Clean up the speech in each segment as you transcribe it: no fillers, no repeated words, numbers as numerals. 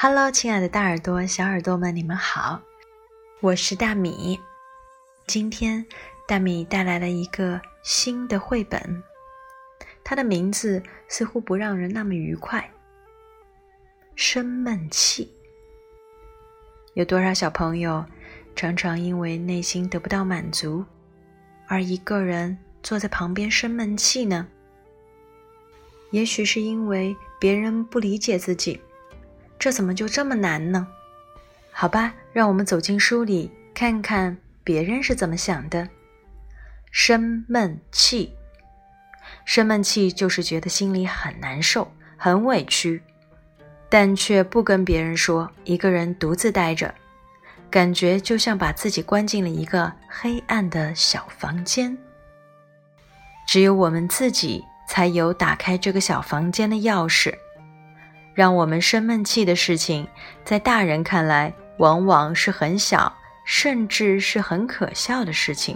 Hello， 亲爱的大耳朵、小耳朵们，你们好，我是大米。今天大米带来了一个新的绘本，它的名字似乎不让人那么愉快。生闷气。有多少小朋友常常因为内心得不到满足，而一个人坐在旁边生闷气呢？也许是因为别人不理解自己，这怎么就这么难呢？好吧，让我们走进书里，看看别人是怎么想的。生闷气。生闷气就是觉得心里很难受，很委屈，但却不跟别人说，一个人独自待着，感觉就像把自己关进了一个黑暗的小房间。只有我们自己才有打开这个小房间的钥匙。让我们生闷气的事情，在大人看来往往是很小，甚至是很可笑的事情。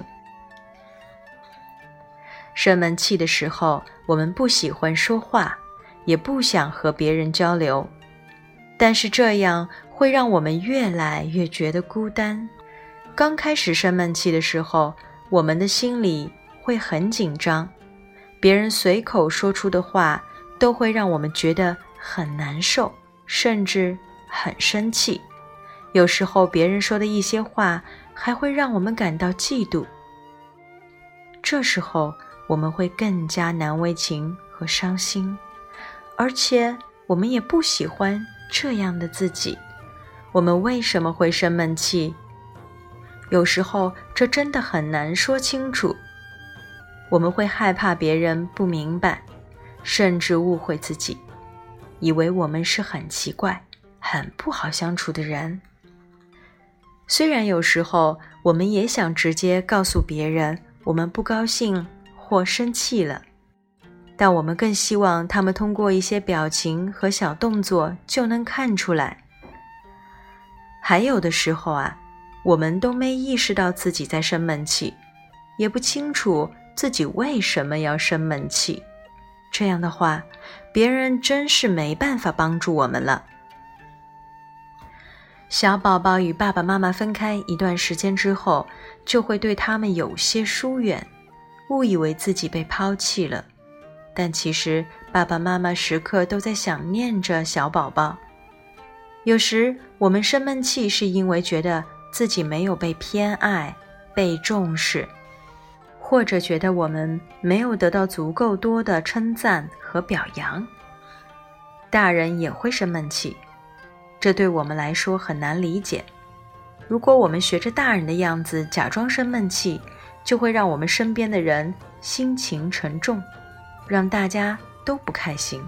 生闷气的时候，我们不喜欢说话，也不想和别人交流，但是这样会让我们越来越觉得孤单。刚开始生闷气的时候，我们的心里会很紧张，别人随口说出的话都会让我们觉得很难受，甚至很生气。有时候别人说的一些话还会让我们感到嫉妒。这时候我们会更加难为情和伤心，而且我们也不喜欢这样的自己。我们为什么会生闷气？有时候这真的很难说清楚。我们会害怕别人不明白，甚至误会自己，以为我们是很奇怪、很不好相处的人。虽然有时候我们也想直接告诉别人我们不高兴或生气了，但我们更希望他们通过一些表情和小动作就能看出来。还有的时候我们都没意识到自己在生闷气，也不清楚自己为什么要生闷气。这样的话，别人真是没办法帮助我们了。小宝宝与爸爸妈妈分开一段时间之后，就会对他们有些疏远，误以为自己被抛弃了。但其实爸爸妈妈时刻都在想念着小宝宝。有时我们生闷气是因为觉得自己没有被偏爱、被重视，或者觉得我们没有得到足够多的称赞和表扬。大人也会生闷气，这对我们来说很难理解。如果我们学着大人的样子假装生闷气，就会让我们身边的人心情沉重，让大家都不开心。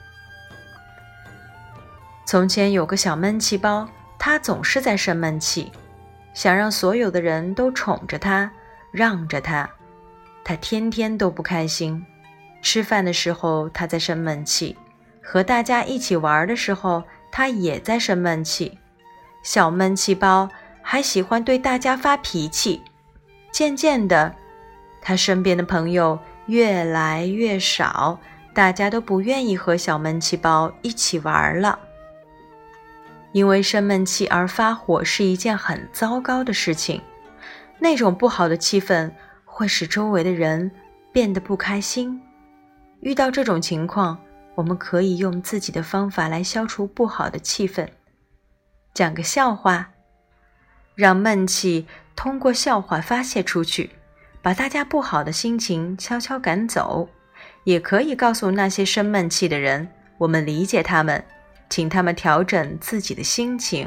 从前有个小闷气包，他总是在生闷气，想让所有的人都宠着他，让着他。他天天都不开心，吃饭的时候他在生闷气，和大家一起玩的时候他也在生闷气。小闷气包还喜欢对大家发脾气，渐渐的，他身边的朋友越来越少，大家都不愿意和小闷气包一起玩了。因为生闷气而发火是一件很糟糕的事情，那种不好的气氛会使周围的人变得不开心。遇到这种情况，我们可以用自己的方法来消除不好的气氛。讲个笑话，让闷气通过笑话发泄出去，把大家不好的心情悄悄赶走。也可以告诉那些生闷气的人，我们理解他们，请他们调整自己的心情。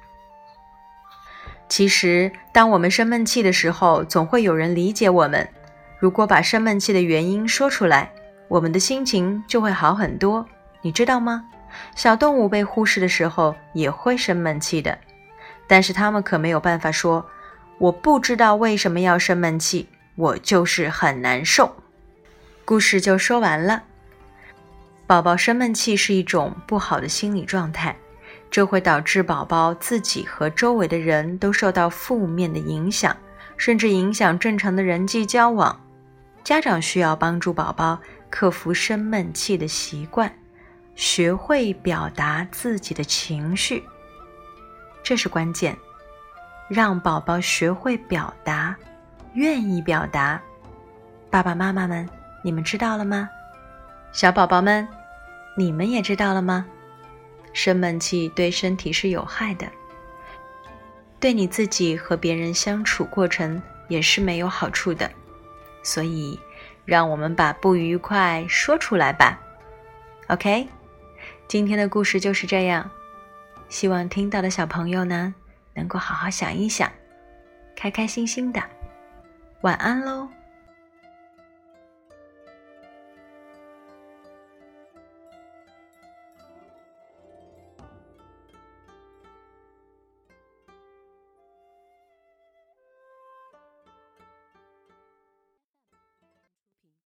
其实当我们生闷气的时候，总会有人理解我们。如果把生闷气的原因说出来，我们的心情就会好很多。你知道吗？小动物被忽视的时候也会生闷气的，但是他们可没有办法说，我不知道为什么要生闷气，我就是很难受。故事就说完了。宝宝生闷气是一种不好的心理状态，这会导致宝宝自己和周围的人都受到负面的影响，甚至影响正常的人际交往。家长需要帮助宝宝克服生闷气的习惯， 学会表达自己的情绪，这是关键。让宝宝学会表达，愿意表达。爸爸妈妈们，你们知道了吗？小宝宝们，你们也知道了吗？生闷气对身体是有害的，对你自己和别人相处过程也是没有好处的。所以，让我们把不愉快说出来吧。OK， 今天的故事就是这样。希望听到的小朋友呢，能够好好想一想，开开心心的。晚安喽。